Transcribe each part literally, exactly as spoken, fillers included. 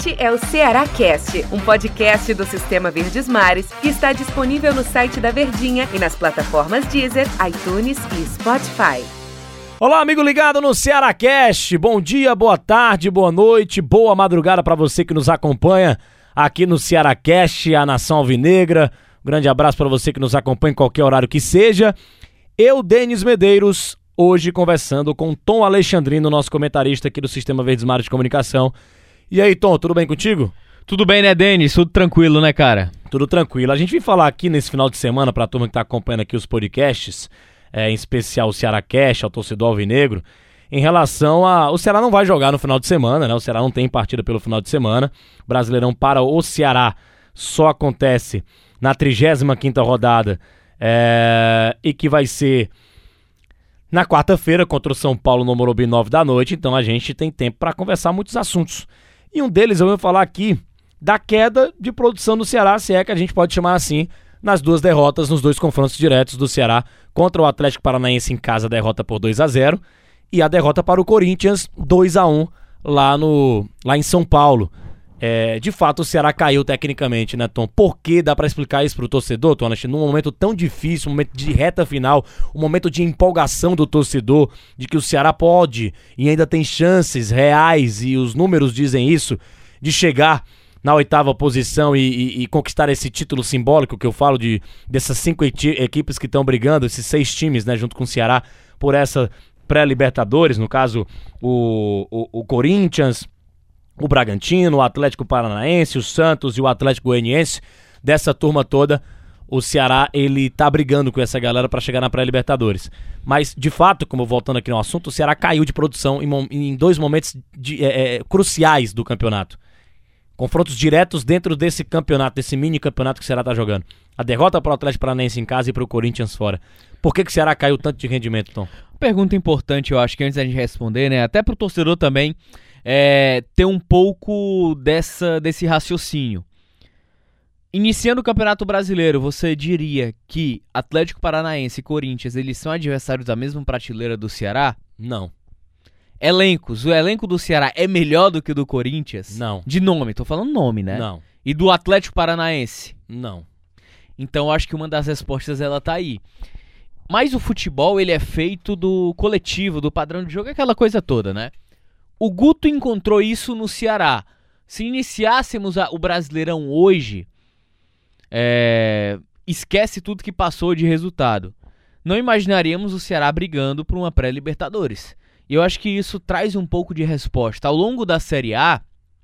Este é o Ceará Cast, um podcast do Sistema Verdes Mares que está disponível no site da Verdinha e nas plataformas Deezer, iTunes e Spotify. Olá, amigo ligado no Ceará Cast. Bom dia, boa tarde, boa noite, boa madrugada para você que nos acompanha aqui no Ceará Cast, a Nação Alvinegra. Um grande abraço para você que nos acompanha em qualquer horário que seja. Eu, Denis Medeiros, hoje conversando com Tom Alexandrino, nosso comentarista aqui do Sistema Verdes Mares de Comunicação. E aí, Tom, tudo bem contigo? Tudo bem, né, Denis? Tudo tranquilo, né, cara? Tudo tranquilo. A gente veio falar aqui nesse final de semana pra turma que tá acompanhando aqui os podcasts, é, em especial o Ceará Cast, ao torcedor alvinegro, em relação a... O Ceará não vai jogar no final de semana, né? O Ceará não tem partida pelo final de semana. O Brasileirão para o Ceará só acontece na trigésima quinta rodada, é... e que vai ser na quarta-feira contra o São Paulo no Morumbi, nove da noite. Então a gente tem tempo para conversar muitos assuntos. E um deles eu vou falar aqui da queda de produção do Ceará, se é que a gente pode chamar assim, nas duas derrotas, nos dois confrontos diretos do Ceará contra o Atlético Paranaense em casa, derrota por dois a zero, e a derrota para o Corinthians, dois a um, lá, no, lá em São Paulo. É, de fato, o Ceará caiu tecnicamente, né, Tom? Por que dá pra explicar isso pro torcedor, Tom? Num momento tão difícil, um momento de reta final, um momento de empolgação do torcedor, de que o Ceará pode e ainda tem chances reais, e os números dizem isso, de chegar na oitava posição e, e, e conquistar esse título simbólico que eu falo de dessas cinco eti- equipes que estão brigando, esses seis times, né, junto com o Ceará, por essa pré-Libertadores, no caso o, o, o Corinthians, o Bragantino, o Atlético Paranaense, o Santos e o Atlético Goianiense. Dessa turma toda, o Ceará, ele tá brigando com essa galera para chegar na pré-Libertadores. Mas, de fato, como voltando aqui no assunto, o Ceará caiu de produção em, em dois momentos de, é, é, cruciais do campeonato. Confrontos diretos dentro desse campeonato, desse mini campeonato que o Ceará tá jogando. A derrota para o Atlético Paranaense em casa e para o Corinthians fora. Por que, que o Ceará caiu tanto de rendimento, Tom? Pergunta importante, eu acho que antes da gente responder, né? Até pro torcedor também é, ter um pouco dessa, desse raciocínio. Iniciando o Campeonato Brasileiro, você diria que Atlético Paranaense e Corinthians, eles são adversários da mesma prateleira do Ceará? Não. Elencos, o elenco do Ceará é melhor do que o do Corinthians? Não. De nome, tô falando nome, né? Não. E do Atlético Paranaense? Não. Então eu acho que uma das respostas ela tá aí. Mas o futebol, ele é feito do coletivo, do padrão de jogo, aquela coisa toda, né? O Guto encontrou isso no Ceará. Se iniciássemos a, o Brasileirão hoje, é, esquece tudo que passou de resultado. Não imaginaríamos o Ceará brigando por uma pré-Libertadores. E eu acho que isso traz um pouco de resposta. Ao longo da Série A,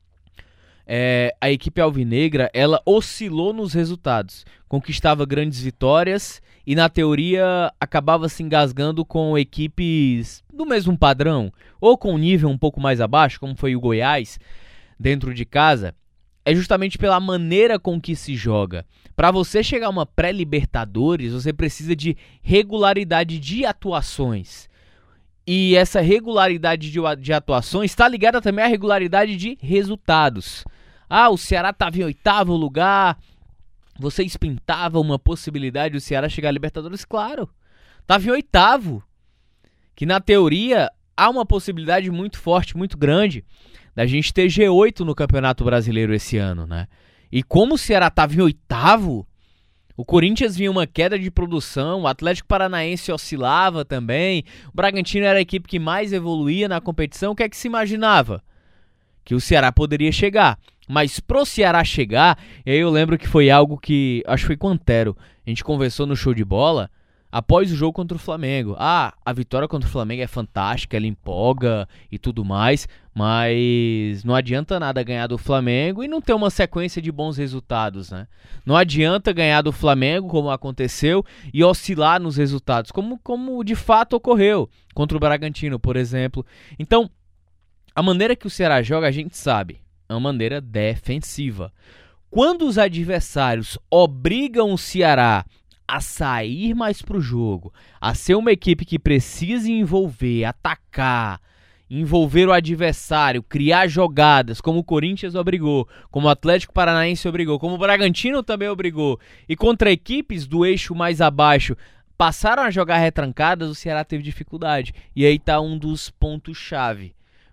é, a equipe alvinegra, ela oscilou nos resultados. Conquistava grandes vitórias e, na teoria, acabava se engasgando com equipes do mesmo padrão, ou com um nível um pouco mais abaixo, como foi o Goiás, dentro de casa. É justamente pela maneira com que se joga. Para você chegar a uma pré-Libertadores, você precisa de regularidade de atuações. E essa regularidade de, de atuações está ligada também à regularidade de resultados. Ah, o Ceará estava em oitavo lugar. Vocês pintavam uma possibilidade do Ceará chegar à Libertadores? Claro, estava em oitavo. Que na teoria há uma possibilidade muito forte, muito grande, da gente ter G oito no Campeonato Brasileiro esse ano, né? E como o Ceará estava em oitavo, o Corinthians vinha uma queda de produção, o Atlético Paranaense oscilava também, o Bragantino era a equipe que mais evoluía na competição. O que é que se imaginava? Que o Ceará poderia chegar. Mas pro Ceará chegar, e aí eu lembro que foi algo que, acho que foi com o Antero, a gente conversou no show de bola, após o jogo contra o Flamengo. Ah, a vitória contra o Flamengo é fantástica, ela empolga e tudo mais, mas não adianta nada ganhar do Flamengo e não ter uma sequência de bons resultados, né? Não adianta ganhar do Flamengo, como aconteceu, e oscilar nos resultados, como, como de fato ocorreu contra o Bragantino, por exemplo. Então, a maneira que o Ceará joga, a gente sabe, é uma maneira defensiva. Quando os adversários obrigam o Ceará a sair mais pro jogo, a ser uma equipe que precisa envolver, atacar, envolver o adversário, criar jogadas, como o Corinthians obrigou, como o Atlético Paranaense obrigou, como o Bragantino também obrigou, e contra equipes do eixo mais abaixo passaram a jogar retrancadas, o Ceará teve dificuldade. E aí tá um dos pontos-chave.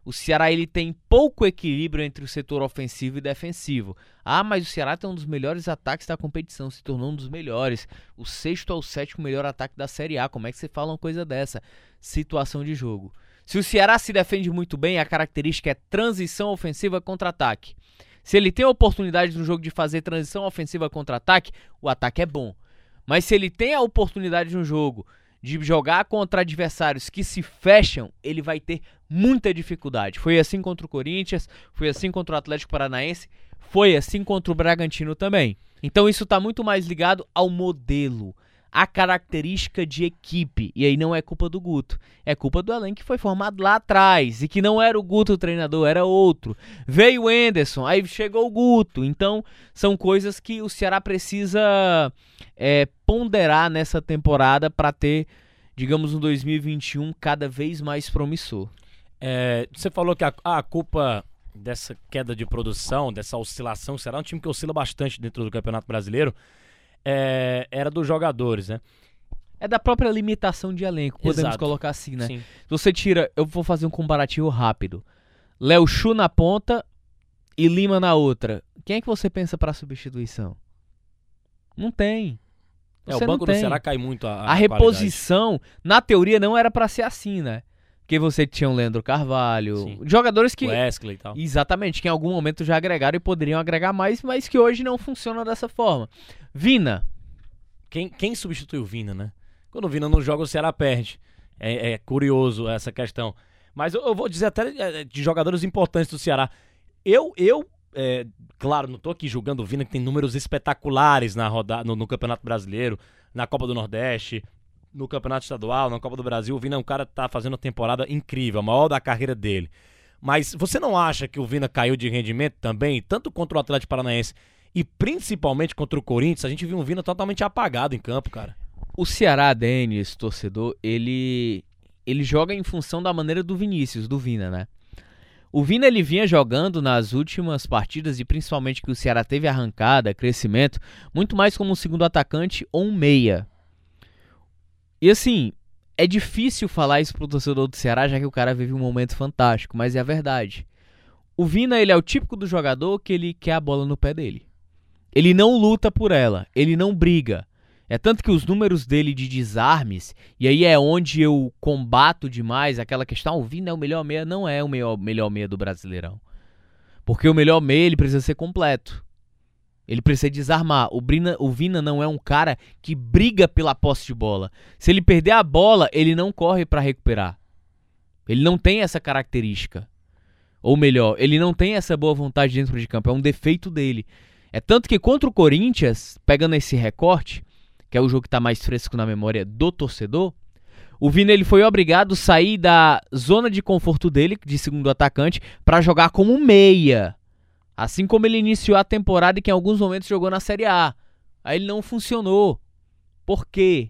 O Ceará ele tem pouco equilíbrio entre o setor ofensivo e defensivo. Ah, mas o Ceará tem um dos melhores ataques da competição, se tornou um dos melhores. O sexto ao sétimo melhor ataque da Série A. Como é que você fala uma coisa dessa? Situação de jogo. Se o Ceará se defende muito bem, a característica é transição ofensiva contra-ataque. Se ele tem a oportunidade no jogo de fazer transição ofensiva contra-ataque, o ataque é bom. Mas se ele tem a oportunidade no jogo de jogar contra adversários que se fecham, ele vai ter muita dificuldade. Foi assim contra o Corinthians, foi assim contra o Atlético Paranaense, foi assim contra o Bragantino também. Então isso está muito mais ligado ao modelo, à característica de equipe. E aí não é culpa do Guto, é culpa do elenco que foi formado lá atrás e que não era o Guto o treinador, era outro. Veio o Enderson, aí chegou o Guto. Então são coisas que o Ceará precisa é, ponderar nessa temporada para ter, digamos, um dois mil e vinte e um cada vez mais promissor. É, você falou que a, a culpa dessa queda de produção, dessa oscilação, será um time que oscila bastante dentro do Campeonato Brasileiro, é, era dos jogadores, né? É da própria limitação de elenco, podemos Exato. colocar assim, né? Sim. Se você tira, eu vou fazer um comparativo rápido. Léo Chu na ponta e Lima na outra. Quem é que você pensa para substituição? Não tem. É, o Você banco não do tem. Ceará cai muito a, a, A reposição, na teoria, não era pra ser assim, né? Porque você tinha o Leandro Carvalho, Sim. jogadores que... Wesley e tal. Exatamente, que em algum momento já agregaram e poderiam agregar mais, mas que hoje não funcionam dessa forma. Vina. Quem, quem substitui o Vina, né? Quando o Vina não joga, o Ceará perde. É, é curioso essa questão. Mas eu, eu vou dizer até de jogadores importantes do Ceará. Eu, eu é, claro, não tô aqui julgando o Vina, que tem números espetaculares na roda, no, no Campeonato Brasileiro, na Copa do Nordeste, no Campeonato Estadual, na Copa do Brasil. O Vina é um cara que tá fazendo uma temporada incrível, a maior da carreira dele. Mas você não acha que o Vina caiu de rendimento também, tanto contra o Atlético Paranaense e principalmente contra o Corinthians? A gente viu um Vina totalmente apagado em campo, cara. O Ceará, Denis, torcedor, ele, ele joga em função da maneira do Vinícius, do Vina, né? O Vina, ele vinha jogando nas últimas partidas, e principalmente que o Ceará teve arrancada, crescimento, muito mais como um segundo atacante ou um meia. E assim, é difícil falar isso pro torcedor do Ceará, já que o cara vive um momento fantástico, mas é a verdade. O Vina, ele é o típico do jogador que ele quer a bola no pé dele. Ele não luta por ela, ele não briga. É tanto que os números dele de desarmes, e aí é onde eu combato demais aquela questão, o Vina é o melhor meia, não é o melhor, melhor meia do Brasileirão. Porque o melhor meia, ele precisa ser completo. Ele precisa desarmar. O, Brina, o Vina não é um cara que briga pela posse de bola. Se ele perder a bola, ele não corre para recuperar. Ele não tem essa característica. Ou melhor, ele não tem essa boa vontade dentro de campo. É um defeito dele. É tanto que contra o Corinthians, pegando esse recorte, que é o jogo que está mais fresco na memória do torcedor, o Vina ele foi obrigado a sair da zona de conforto dele, de segundo atacante, para jogar como meia. Assim como ele iniciou a temporada e que em alguns momentos jogou na Série A. Aí ele não funcionou. Por quê?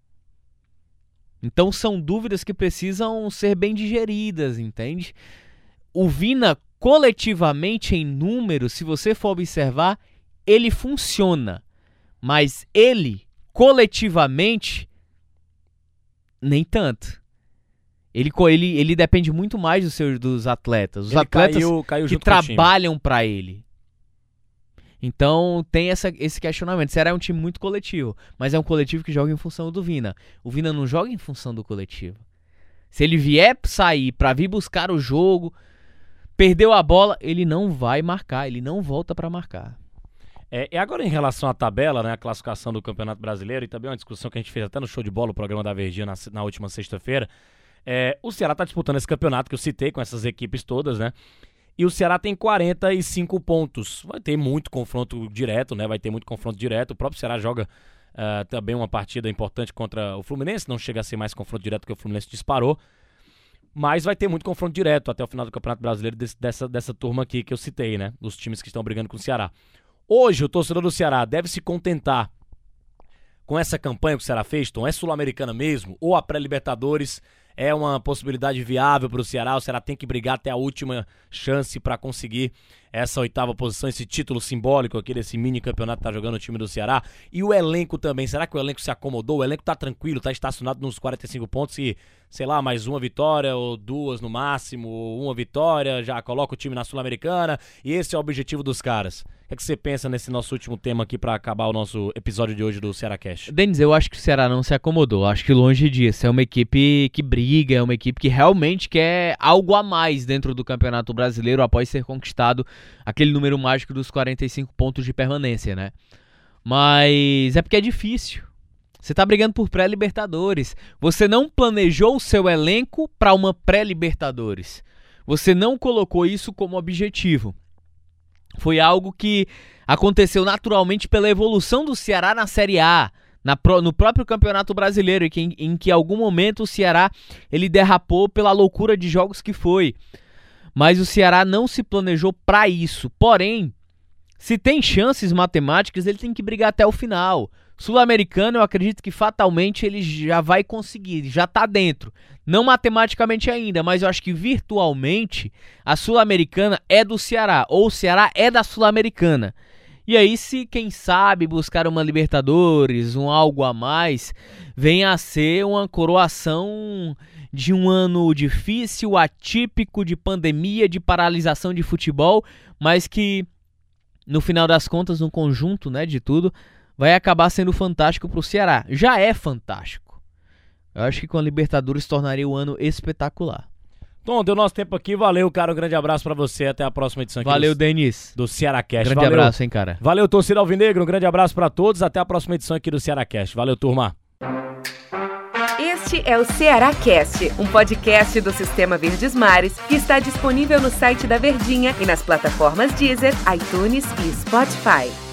Então são dúvidas que precisam ser bem digeridas, entende? O Vina, coletivamente em números, se você for observar, ele funciona. Mas ele, coletivamente, nem tanto. Ele, ele, ele depende muito mais do seu, dos atletas. Os Ele atletas caiu, caiu que junto com o time. trabalham pra ele. Então tem essa, esse questionamento. Será é um time muito coletivo, mas é um coletivo que joga em função do Vina. O Vina não joga em função do coletivo. Se ele vier sair pra vir buscar o jogo, perdeu a bola, ele não vai marcar, ele não volta pra marcar. É, e agora em relação à tabela, né, a classificação do Campeonato Brasileiro, e também uma discussão que a gente fez até no show de bola, o programa da Verdinha, na, na última sexta-feira, é, o Ceará está disputando esse campeonato que eu citei com essas equipes todas, né? E o Ceará tem quarenta e cinco pontos. Vai ter muito confronto direto, né? Vai ter muito confronto direto. O próprio Ceará joga uh, também uma partida importante contra o Fluminense. Não chega a ser mais confronto direto, porque o Fluminense disparou. Mas vai ter muito confronto direto até o final do Campeonato Brasileiro desse, dessa, dessa turma aqui que eu citei, né? Os times que estão brigando com o Ceará. Hoje, o torcedor do Ceará deve se contentar com essa campanha que o Ceará fez, Tom? É Sul-Americana mesmo? Ou a pré-Libertadores é uma possibilidade viável para o Ceará? O Ceará tem que brigar até a última chance para conseguir essa oitava posição, esse título simbólico aqui desse mini campeonato que tá jogando o time do Ceará. E o elenco também, será que o elenco se acomodou? O elenco tá tranquilo, tá estacionado nos quarenta e cinco pontos e, sei lá, mais uma vitória ou duas no máximo, ou uma vitória, já coloca o time na Sul-Americana, e esse é o objetivo dos caras. O que é que você pensa nesse nosso último tema aqui pra acabar o nosso episódio de hoje do Ceará Cast? Denis, eu acho que o Ceará não se acomodou, acho que longe disso, é uma equipe que briga, é uma equipe que realmente quer algo a mais dentro do Campeonato Brasileiro após ser conquistado aquele número mágico dos quarenta e cinco pontos de permanência, né? Mas é porque é difícil. Você tá brigando por pré-Libertadores. Você não planejou o seu elenco para uma pré-Libertadores. Você não colocou isso como objetivo. Foi algo que aconteceu naturalmente pela evolução do Ceará na Série A, na pro, no próprio Campeonato Brasileiro, em que, em, em que em algum momento o Ceará ele derrapou pela loucura de jogos que foi. Mas o Ceará não se planejou para isso. Porém, se tem chances matemáticas, ele tem que brigar até o final. Sul-Americano, eu acredito que fatalmente ele já vai conseguir, já tá dentro. Não matematicamente ainda, mas eu acho que virtualmente a Sul-Americana é do Ceará, ou o Ceará é da Sul-Americana. E aí, se quem sabe buscar uma Libertadores, um algo a mais, venha a ser uma coroação de um ano difícil, atípico, de pandemia, de paralisação de futebol, mas que no final das contas, no conjunto, né, de tudo, vai acabar sendo fantástico para o Ceará. Já é fantástico. Eu acho que com a Libertadores tornaria o ano espetacular. Tom, deu nosso tempo aqui. Valeu, cara. Um grande abraço pra você. Até a próxima edição aqui. Valeu, do, Denis. Do Ceará Cast. Grande Valeu. abraço, hein, cara. Valeu, torcida alvinegro. Um grande abraço pra todos. Até a próxima edição aqui do Ceará Cast. Valeu, turma. Este é o Ceará Cast, um podcast do Sistema Verdes Mares que está disponível no site da Verdinha e nas plataformas Deezer, iTunes e Spotify.